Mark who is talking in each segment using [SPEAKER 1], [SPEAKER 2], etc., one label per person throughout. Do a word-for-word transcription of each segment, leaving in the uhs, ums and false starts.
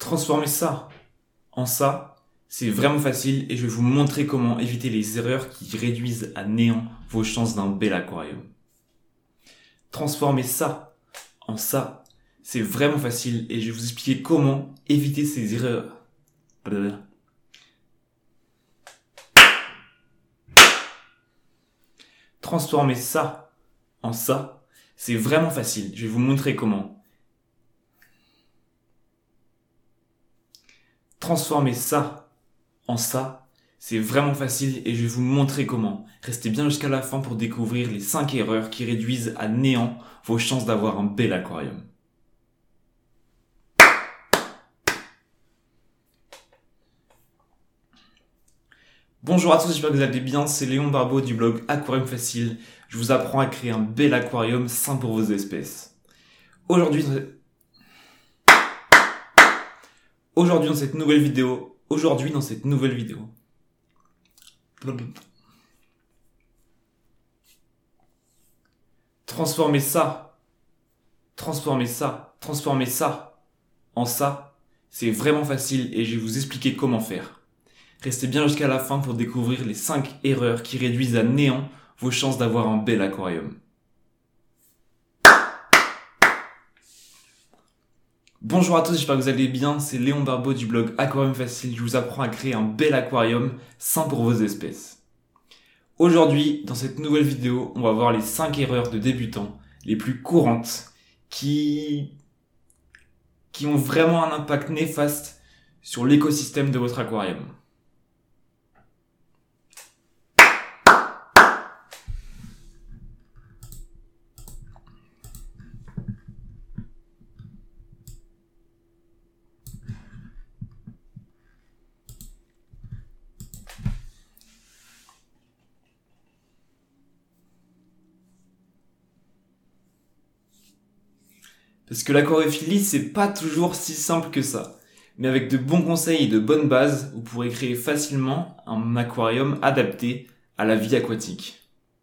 [SPEAKER 1] Transformer ça en ça, c'est vraiment facile et je vais vous montrer comment éviter les erreurs qui réduisent à néant vos chances d'un bel aquarium. Transformer ça en ça, c'est vraiment facile et je vais vous expliquer comment éviter ces erreurs. Blablabla. Transformer ça en ça, c'est vraiment facile. Je vais vous montrer comment. Transformer ça en ça, c'est vraiment facile et je vais vous montrer comment. Restez bien jusqu'à la fin pour découvrir les cinq erreurs qui réduisent à néant vos chances d'avoir un bel aquarium. Bonjour à tous, j'espère que vous allez bien, c'est Léon Barbeau du blog Aquarium Facile. Je vous apprends à créer un bel aquarium sain pour vos espèces. Aujourd'hui, dans cette... Aujourd'hui dans cette nouvelle vidéo, aujourd'hui dans cette nouvelle vidéo. Transformer ça, transformer ça, transformer ça en ça, c'est vraiment facile et je vais vous expliquer comment faire. Restez bien jusqu'à la fin pour découvrir les cinq erreurs qui réduisent à néant vos chances d'avoir un bel aquarium. Bonjour à tous, j'espère que vous allez bien, c'est Léon Barbeau du blog Aquarium Facile, je vous apprends à créer un bel aquarium sain pour vos espèces. Aujourd'hui, dans cette nouvelle vidéo, on va voir les cinq erreurs de débutants les plus courantes qui, qui ont vraiment un impact néfaste sur l'écosystème de votre aquarium. Parce que l'aquariophilie, c'est pas toujours si simple que ça. Mais avec de bons conseils et de bonnes bases, vous pourrez créer facilement un aquarium adapté à la vie aquatique.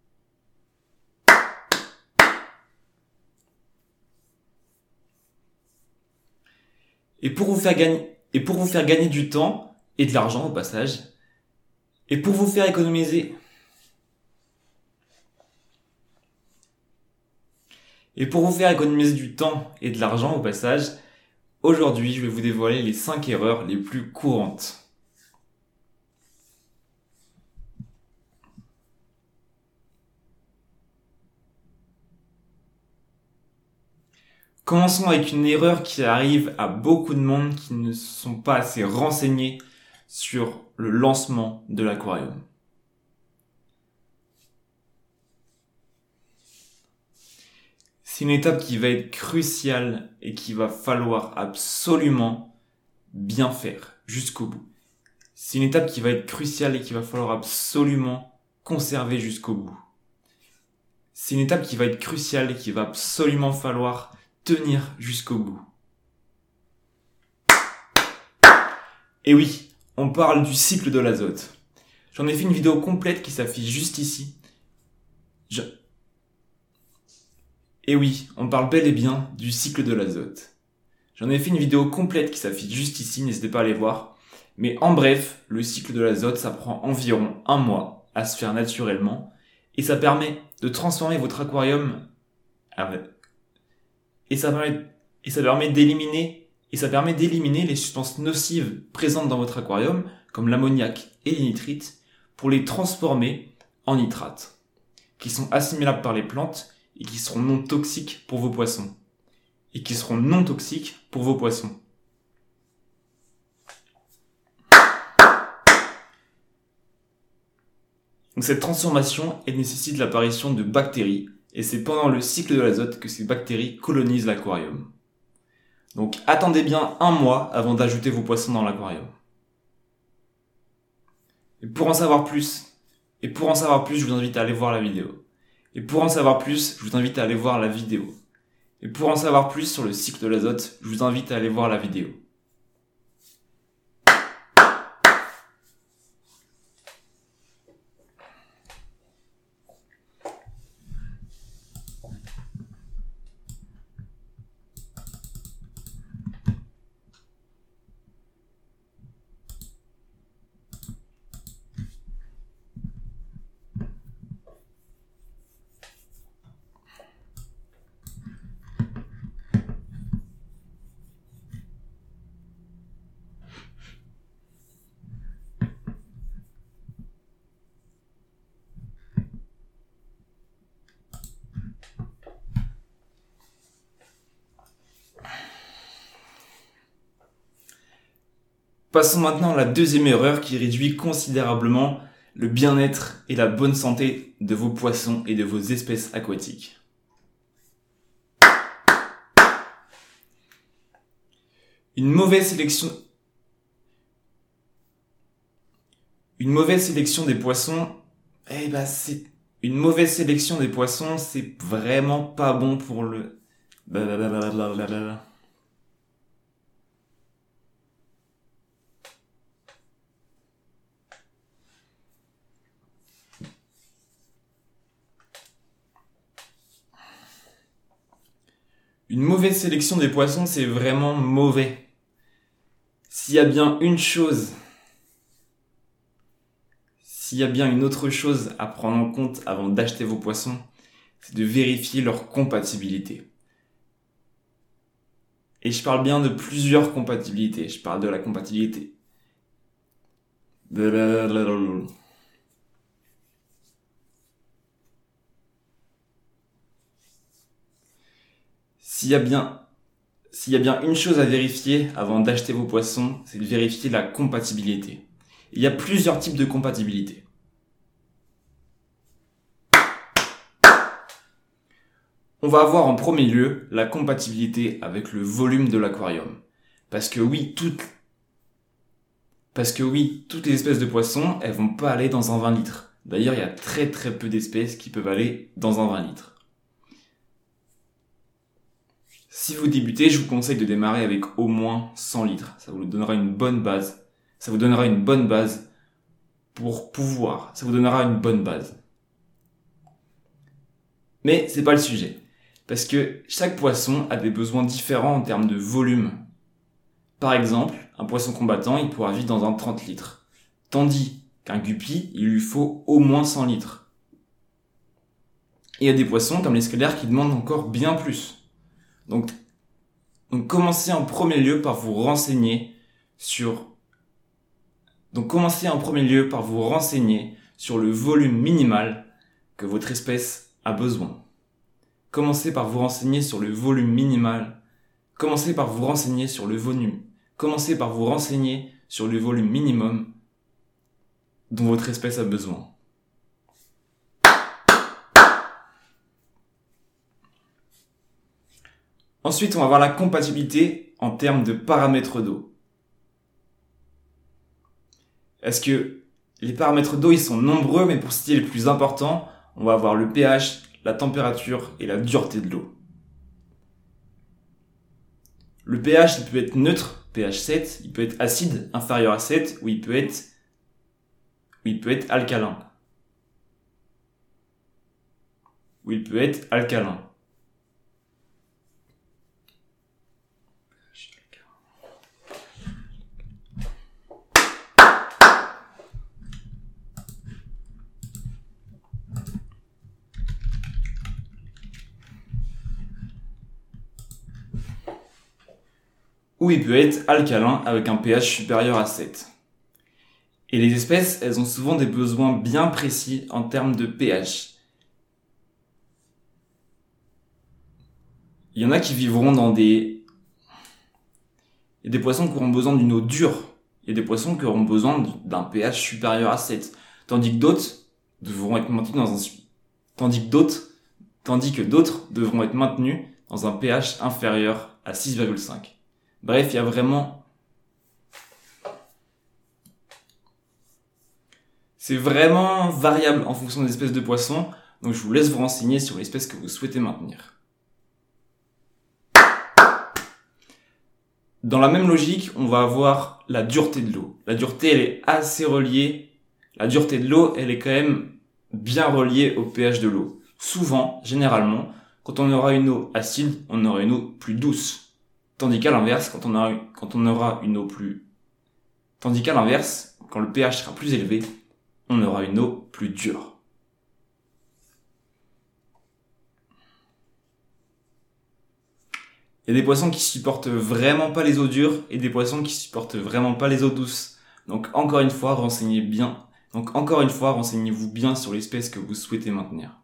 [SPEAKER 1] Et pour vous faire gagner, et pour vous faire gagner du temps et de l'argent au passage, et pour vous faire économiser, et pour vous faire économiser du temps et de l'argent au passage, aujourd'hui, je vais vous dévoiler les cinq erreurs les plus courantes. Commençons avec une erreur qui arrive à beaucoup de monde qui ne sont pas assez renseignés sur le lancement de l'aquarium. C'est une étape qui va être cruciale et qu'il va falloir absolument bien faire jusqu'au bout. C'est une étape qui va être cruciale et qu'il va falloir absolument conserver jusqu'au bout. C'est une étape qui va être cruciale et qu'il va absolument falloir tenir jusqu'au bout. Et oui, on parle du cycle de l'azote. J'en ai fait une vidéo complète qui s'affiche juste ici. Je... Et oui, on parle bel et bien du cycle de l'azote. J'en ai fait une vidéo complète qui s'affiche juste ici, n'hésitez pas à aller voir. Mais en bref, le cycle de l'azote, ça prend environ un mois à se faire naturellement. Et ça permet de transformer votre aquarium... Et ça permet, et ça permet d'éliminer, et ça permet d'éliminer les substances nocives présentes dans votre aquarium, comme l'ammoniac et les nitrites, pour les transformer en nitrates, qui sont assimilables par les plantes et qui seront non toxiques pour vos poissons. Et qui seront non toxiques pour vos poissons. Donc cette transformation, elle nécessite l'apparition de bactéries, et c'est pendant le cycle de l'azote que ces bactéries colonisent l'aquarium. Donc attendez bien un mois avant d'ajouter vos poissons dans l'aquarium. Et pour en savoir plus, et pour en savoir plus, je vous invite à aller voir la vidéo. Et pour en savoir plus, je vous invite à aller voir la vidéo. Et pour en savoir plus sur le cycle de l'azote, je vous invite à aller voir la vidéo. Passons maintenant à la deuxième erreur qui réduit considérablement le bien-être et la bonne santé de vos poissons et de vos espèces aquatiques. Une mauvaise sélection Une mauvaise sélection des poissons, eh ben c'est une mauvaise sélection des poissons, c'est vraiment pas bon pour le Blablabla. Une mauvaise sélection des poissons, c'est vraiment mauvais. S'il y a bien une chose, s'il y a bien une autre chose à prendre en compte avant d'acheter vos poissons, c'est de vérifier leur compatibilité. Et je parle bien de plusieurs compatibilités. Je parle de la compatibilité. S'il y a bien, s'il y a bien une chose à vérifier avant d'acheter vos poissons, c'est de vérifier la compatibilité. Il y a plusieurs types de compatibilité. On va avoir en premier lieu la compatibilité avec le volume de l'aquarium. Parce que oui, toutes, parce que oui, toutes les espèces de poissons, elles vont pas aller dans un vingt litres. D'ailleurs, il y a très très peu d'espèces qui peuvent aller dans un vingt litres. Si vous débutez, je vous conseille de démarrer avec au moins cent litres. Ça vous donnera une bonne base. Ça vous donnera une bonne base pour pouvoir. Ça vous donnera une bonne base. Mais c'est pas le sujet. Parce que chaque poisson a des besoins différents en termes de volume. Par exemple, un poisson combattant, il pourra vivre dans un trente litres. Tandis qu'un guppy, il lui faut au moins cent litres. Et il y a des poissons comme les scalaires qui demandent encore bien plus. Donc, donc commencez en premier lieu par vous renseigner sur donc commencez en premier lieu par vous renseigner sur le volume minimal que votre espèce a besoin. Commencez par vous renseigner sur le volume minimal. Commencez par vous renseigner sur le volume. Commencez par vous renseigner sur le volume minimum dont votre espèce a besoin. Ensuite, on va voir la compatibilité en termes de paramètres d'eau. Est-ce que les paramètres d'eau, ils sont nombreux, mais pour citer les plus importants, on va avoir le pH, la température et la dureté de l'eau. Le pH, il peut être neutre, pH sept, il peut être acide, inférieur à sept, ou il peut être, ou il peut être alcalin. Ou il peut être alcalin. Ou il peut être alcalin avec un pH supérieur à sept. Et les espèces, elles ont souvent des besoins bien précis en termes de pH. Il y en a qui vivront dans des... Il y a des poissons qui auront besoin d'une eau dure. Il y a des poissons qui auront besoin d'un pH supérieur à sept. Tandis que d'autres devront être maintenus dans un... Tandis que d'autres... Tandis que d'autres devront être maintenus dans un pH inférieur à six virgule cinq. Bref, il y a vraiment... C'est vraiment variable en fonction des espèces de poissons, donc je vous laisse vous renseigner sur l'espèce que vous souhaitez maintenir. Dans la même logique, on va avoir la dureté de l'eau. La dureté, elle est assez reliée. La dureté de l'eau, elle est quand même bien reliée au pH de l'eau. Souvent, généralement, quand on aura une eau acide, on aura une eau plus douce. Tandis qu'à l'inverse, quand on aura, quand on aura une eau plus, tandis qu'à l'inverse, quand le pH sera plus élevé, on aura une eau plus dure. Il y a des poissons qui supportent vraiment pas les eaux dures et des poissons qui supportent vraiment pas les eaux douces. Donc encore une fois, renseignez bien. Donc encore une fois, renseignez-vous bien sur l'espèce que vous souhaitez maintenir.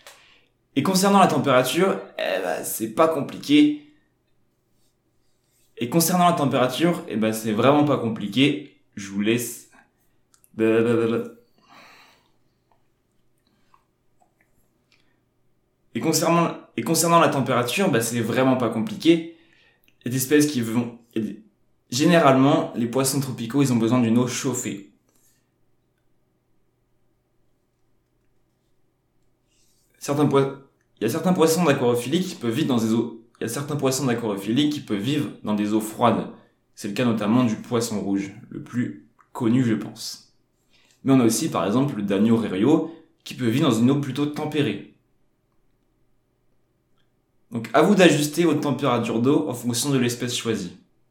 [SPEAKER 1] Et concernant la température, eh ben, c'est pas compliqué. Et concernant la température, eh ben c'est vraiment pas compliqué. Je vous laisse. Blablabla. Et concernant, et concernant la température, bah, c'est vraiment pas compliqué. Il y a des espèces qui vont... Généralement, les poissons tropicaux, ils ont besoin d'une eau chauffée. Certains po... Il y a certains poissons d'aquarophilie qui peuvent vivre dans des eaux... Il y a certains poissons d'aquarophilie qui peuvent vivre dans des eaux froides. C'est le cas notamment du poisson rouge, le plus connu, je pense. Mais on a aussi, par exemple, le Danio rerio, qui peut vivre dans une eau plutôt tempérée. Donc, à vous d'ajuster votre température d'eau en fonction de l'espèce choisie.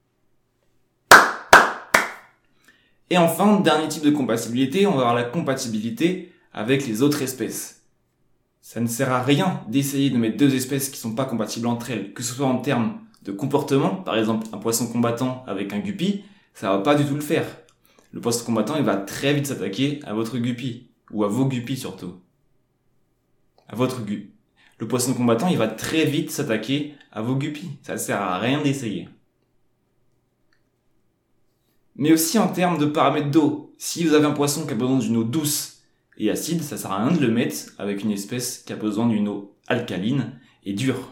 [SPEAKER 1] Et enfin, dernier type de compatibilité, on va avoir la compatibilité avec les autres espèces. Ça ne sert à rien d'essayer de mettre deux espèces qui sont pas compatibles entre elles, que ce soit en termes de comportement, par exemple un poisson combattant avec un guppy, ça va pas du tout le faire. Le poisson combattant, il va très vite s'attaquer à votre guppy, ou à vos guppies surtout. À votre guppy. Le poisson combattant, il va très vite s'attaquer à vos guppies. Ça sert à rien d'essayer. Mais aussi en termes de paramètres d'eau. Si vous avez un poisson qui a besoin d'une eau douce et acide, ça sert à rien de le mettre avec une espèce qui a besoin d'une eau alcaline et dure.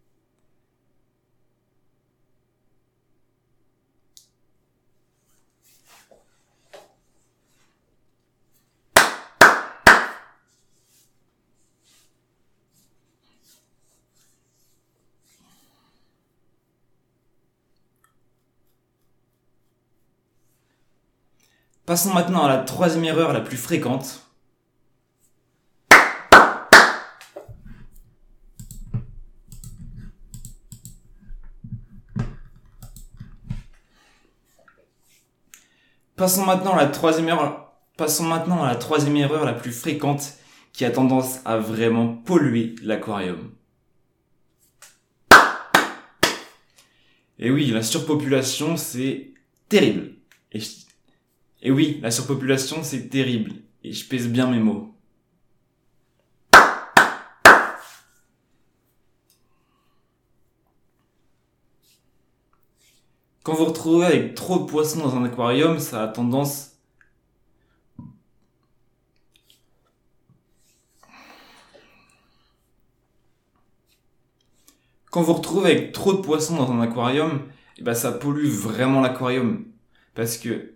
[SPEAKER 1] Passons maintenant à la troisième erreur la plus fréquente. Passons maintenant à la troisième erreur. Passons maintenant à la troisième erreur la plus fréquente qui a tendance à vraiment polluer l'aquarium. Et oui, la surpopulation, c'est terrible. Et, je... Et oui, la surpopulation, c'est terrible. Et je pèse bien mes mots. Quand vous vous retrouvez avec trop de poissons dans un aquarium, ça a tendance... Quand vous vous retrouvez avec trop de poissons dans un aquarium, eh ben ça pollue vraiment l'aquarium. Parce que...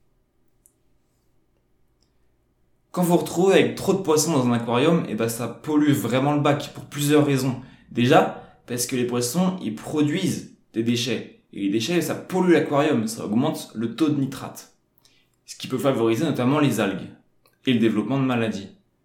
[SPEAKER 1] Quand vous vous retrouvez avec trop de poissons dans un aquarium, eh ben ça pollue vraiment le bac pour plusieurs raisons. Déjà, parce que les poissons, ils produisent des déchets. Et les déchets, ça pollue l'aquarium, ça augmente le taux de nitrate. Ce qui peut favoriser notamment les algues et le développement de maladies.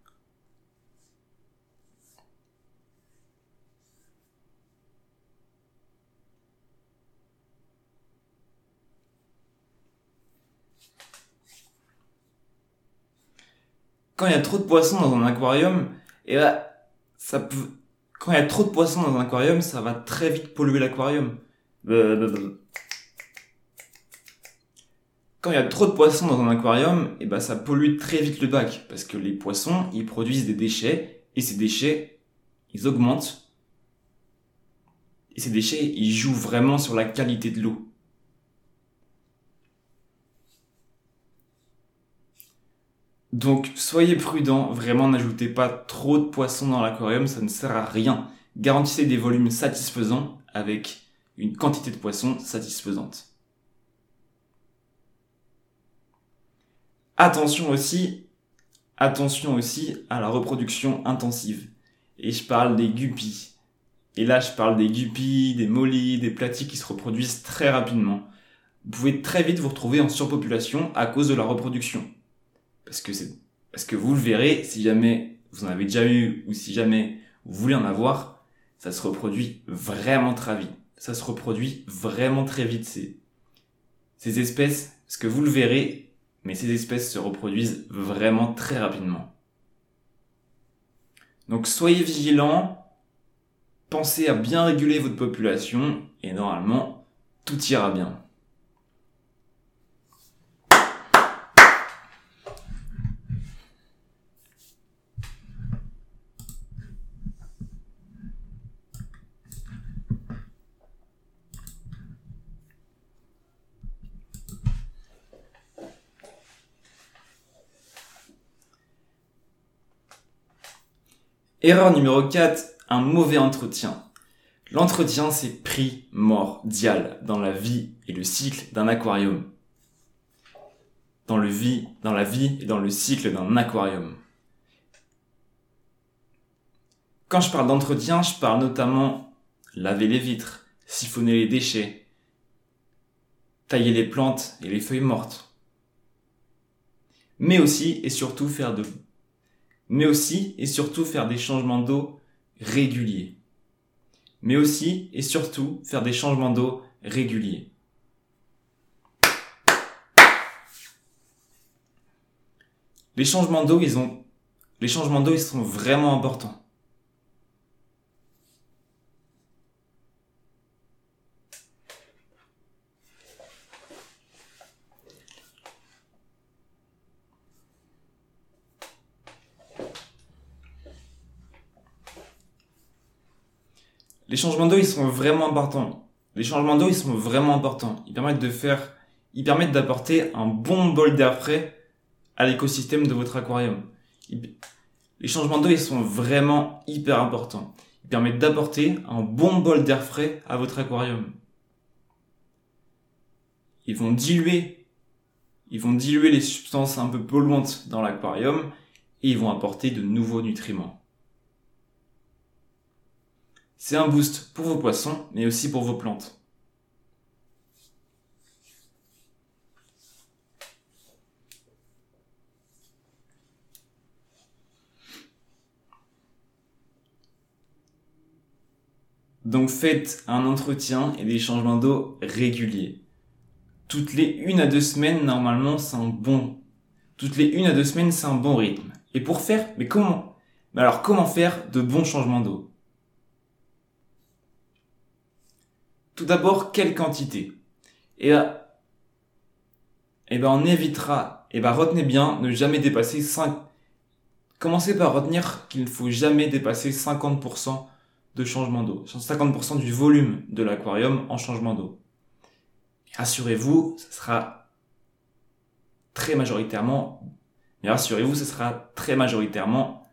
[SPEAKER 1] Quand il y a trop de poissons dans un aquarium, et ben, ça peut... Quand il y a trop de poissons dans un aquarium, ça va très vite polluer l'aquarium. Quand il y a trop de poissons dans un aquarium, et ben, ça pollue très vite le bac. Parce que les poissons, ils produisent des déchets, et ces déchets, ils augmentent. Et ces déchets, ils jouent vraiment sur la qualité de l'eau. Donc, soyez prudents, vraiment n'ajoutez pas trop de poissons dans l'aquarium, ça ne sert à rien. Garantissez des volumes satisfaisants avec une quantité de poissons satisfaisante. Attention aussi, attention aussi à la reproduction intensive. Et je parle des guppies. Et là, je parle des guppies, des mollies, des platies qui se reproduisent très rapidement. Vous pouvez très vite vous retrouver en surpopulation à cause de la reproduction. Parce que c'est, parce que vous le verrez, si jamais vous en avez déjà eu ou si jamais vous voulez en avoir, ça se reproduit vraiment très vite. Ça se reproduit vraiment très vite, ces, ces espèces, parce que vous le verrez, mais ces espèces se reproduisent vraiment très rapidement. Donc soyez vigilants, pensez à bien réguler votre population, et normalement, tout ira bien. Erreur numéro quatre, un mauvais entretien. L'entretien, c'est primordial dans la vie et le cycle d'un aquarium. Dans, le vie, dans la vie et dans le cycle d'un aquarium. Quand je parle d'entretien, je parle notamment laver les vitres, siphonner les déchets, tailler les plantes et les feuilles mortes. Mais aussi et surtout faire de, mais aussi et surtout faire des changements d'eau réguliers. Mais aussi et surtout faire des changements d'eau réguliers. Les changements d'eau, ils ont, les changements d'eau, ils sont vraiment importants. Les changements d'eau, ils sont vraiment importants. Les changements d'eau, ils sont vraiment importants. Ils permettent de faire, ils permettent d'apporter un bon bol d'air frais à l'écosystème de votre aquarium. Les changements d'eau, ils sont vraiment hyper importants. Ils permettent d'apporter un bon bol d'air frais à votre aquarium. Ils vont diluer, ils vont diluer les substances un peu polluantes dans l'aquarium et ils vont apporter de nouveaux nutriments. C'est un boost pour vos poissons, mais aussi pour vos plantes. Donc faites un entretien et des changements d'eau réguliers. Toutes les une à deux semaines, normalement, c'est un bon. Toutes les une à deux semaines, c'est un bon rythme. Et pour faire, mais comment? Mais alors comment faire de bons changements d'eau? Tout d'abord, quelle quantité? Et ben, et ben on évitera, et ben retenez bien, ne jamais dépasser cinq. Commencez par retenir qu'il ne faut jamais dépasser cinquante pour cent de changement d'eau. cinquante pour cent du volume de l'aquarium en changement d'eau. Rassurez-vous, ce sera très majoritairement, mais rassurez-vous, ce sera très majoritairement.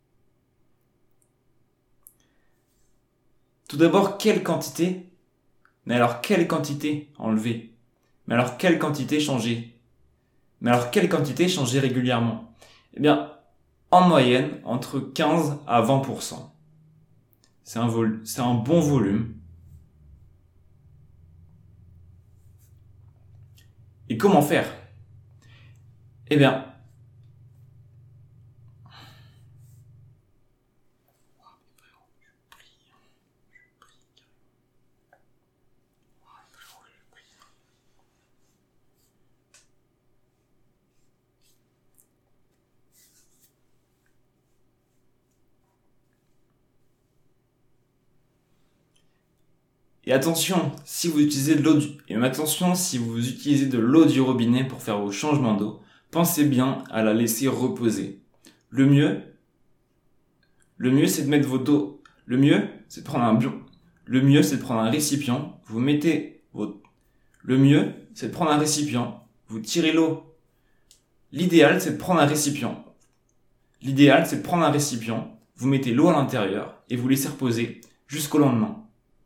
[SPEAKER 1] Tout d'abord, quelle quantité? Mais alors, quelle quantité enlever? Mais alors, quelle quantité changer? Mais alors, quelle quantité changer régulièrement? Eh bien, en moyenne, entre quinze à vingt pour cent. C'est un, vol- c'est un bon volume. Et comment faire? Eh bien, Et attention, si vous utilisez de l'eau du... et attention, si vous utilisez de l'eau du robinet pour faire vos changements d'eau, pensez bien à la laisser reposer. Le mieux, le mieux c'est de mettre vos eau. Le mieux, c'est de prendre un bion. Le mieux, c'est de prendre un récipient. Vous mettez votre. Le mieux, c'est de prendre un récipient. Vous tirez l'eau. L'idéal, c'est de prendre un récipient. L'idéal, c'est de prendre un récipient. Vous mettez l'eau à l'intérieur et vous laissez reposer jusqu'au lendemain.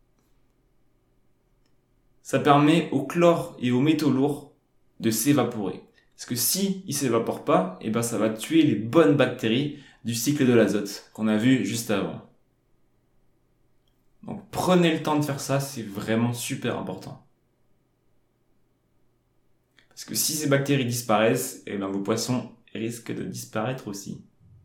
[SPEAKER 1] Ça permet au chlore et aux métaux lourds de s'évaporer. Parce que si ils s'évaporent pas, eh ben ça va tuer les bonnes bactéries du cycle de l'azote qu'on a vu juste avant. Donc prenez le temps de faire ça, c'est vraiment super important. Parce que si ces bactéries disparaissent, eh ben vos poissons risquent de disparaître aussi.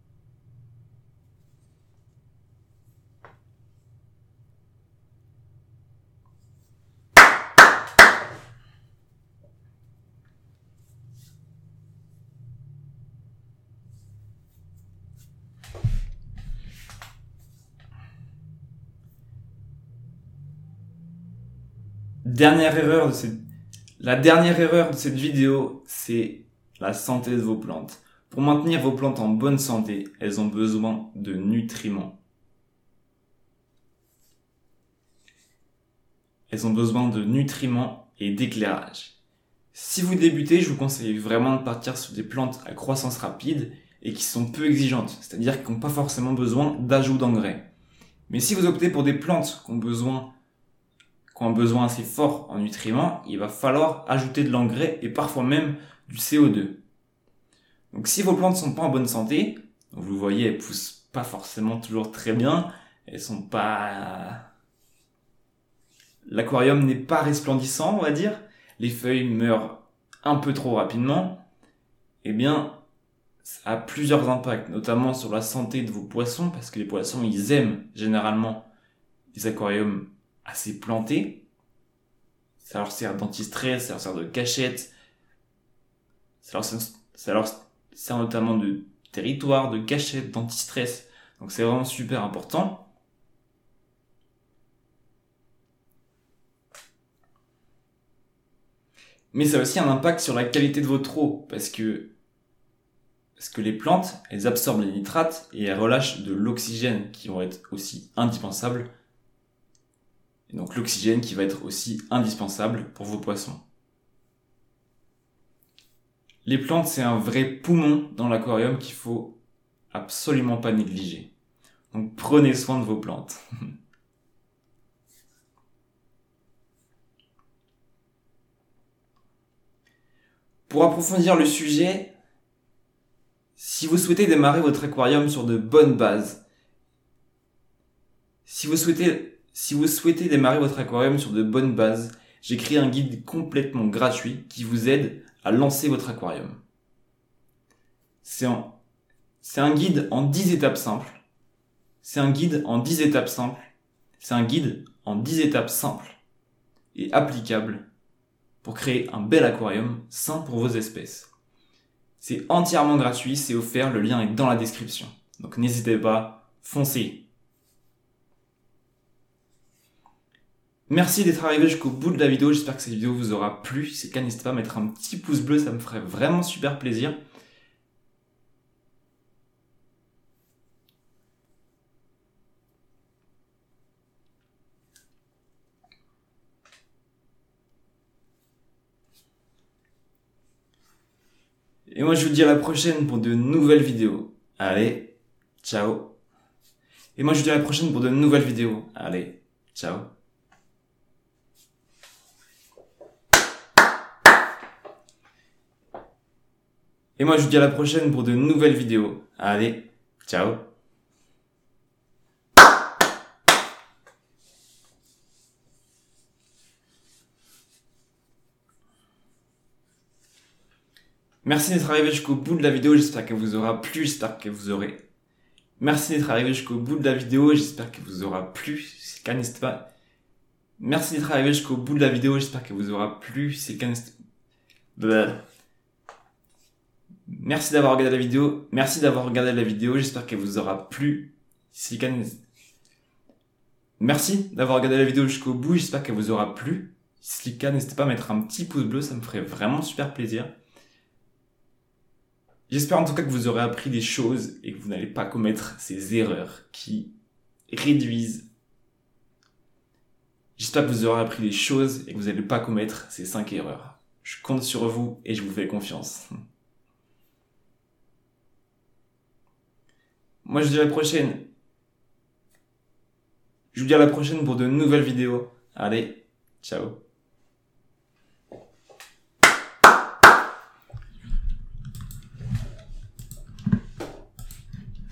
[SPEAKER 1] Dernière erreur de cette... La dernière erreur de cette vidéo, c'est la santé de vos plantes. Pour maintenir vos plantes en bonne santé, elles ont besoin de nutriments. Elles ont besoin de nutriments et d'éclairage. Si vous débutez, je vous conseille vraiment de partir sur des plantes à croissance rapide et qui sont peu exigeantes, c'est-à-dire qui n'ont pas forcément besoin d'ajout d'engrais. Mais si vous optez pour des plantes qui ont besoin, qui ont un besoin assez fort en nutriments, il va falloir ajouter de l'engrais et parfois même du C O deux. Donc si vos plantes sont pas en bonne santé, donc vous voyez, elles poussent pas forcément toujours très bien, elles sont pas... L'aquarium n'est pas resplendissant, on va dire, les feuilles meurent un peu trop rapidement, eh bien, ça a plusieurs impacts, notamment sur la santé de vos poissons, parce que les poissons, ils aiment généralement les aquariums assez plantés. Ça leur sert d'anti-stress, ça leur sert de cachette, ça leur, ça leur sert notamment de territoire, de cachette, d'anti-stress. Donc c'est vraiment super important. Mais ça a aussi un impact sur la qualité de votre eau, parce que, parce que les plantes, elles absorbent les nitrates et elles relâchent de l'oxygène qui vont être aussi indispensables. Et donc l'oxygène qui va être aussi indispensable pour vos poissons. Les plantes, c'est un vrai poumon dans l'aquarium qu'il faut absolument pas négliger. Donc prenez soin de vos plantes. Pour approfondir le sujet, si vous souhaitez démarrer votre aquarium sur de bonnes bases, si vous souhaitez, si vous souhaitez démarrer votre aquarium sur de bonnes bases, j'ai créé un guide complètement gratuit qui vous aide à lancer votre aquarium. C'est un, c'est un guide en dix étapes simples. C'est un guide en dix étapes simples. C'est un guide en dix étapes simples et applicables pour créer un bel aquarium sain pour vos espèces. C'est entièrement gratuit, c'est offert, le lien est dans la description. Donc n'hésitez pas, foncez. Merci d'être arrivé jusqu'au bout de la vidéo, j'espère que cette vidéo vous aura plu. Si c'est le cas, n'hésitez pas à mettre un petit pouce bleu, ça me ferait vraiment super plaisir. Et moi je vous dis à la prochaine pour de nouvelles vidéos. Allez, ciao. Et moi je vous dis à la prochaine pour de nouvelles vidéos. Allez, ciao. Et moi je vous dis à la prochaine pour de nouvelles vidéos. Allez, ciao. Merci d'être arrivé jusqu'au bout de la vidéo, j'espère qu'elle vous aura plu, j'espère que vous aurez... Merci d'être arrivé jusqu'au bout de la vidéo, j'espère qu'elle vous aura plu, si c'est le cas, n'hésitez pas... Merci d'être arrivé jusqu'au bout de la vidéo, j'espère qu'elle vous aura plu, si c'est le cas, n'hésitez pas... Merci d'avoir regardé la vidéo, merci d'avoir regardé la vidéo, j'espère qu'elle vous aura plu, si c'est le cas, n'hésitez pas... Merci d'avoir regardé la vidéo jusqu'au bout, j'espère qu'elle vous aura plu, si c'est le cas, n'hésitez pas à mettre un petit pouce bleu, ça me ferait vraiment super plaisir. J'espère en tout cas que vous aurez appris des choses et que vous n'allez pas commettre ces erreurs qui réduisent. J'espère que vous aurez appris des choses et que vous n'allez pas commettre ces cinq erreurs. Je compte sur vous et je vous fais confiance. Moi je vous dis à la prochaine. Je vous dis à la prochaine pour de nouvelles vidéos. Allez, ciao.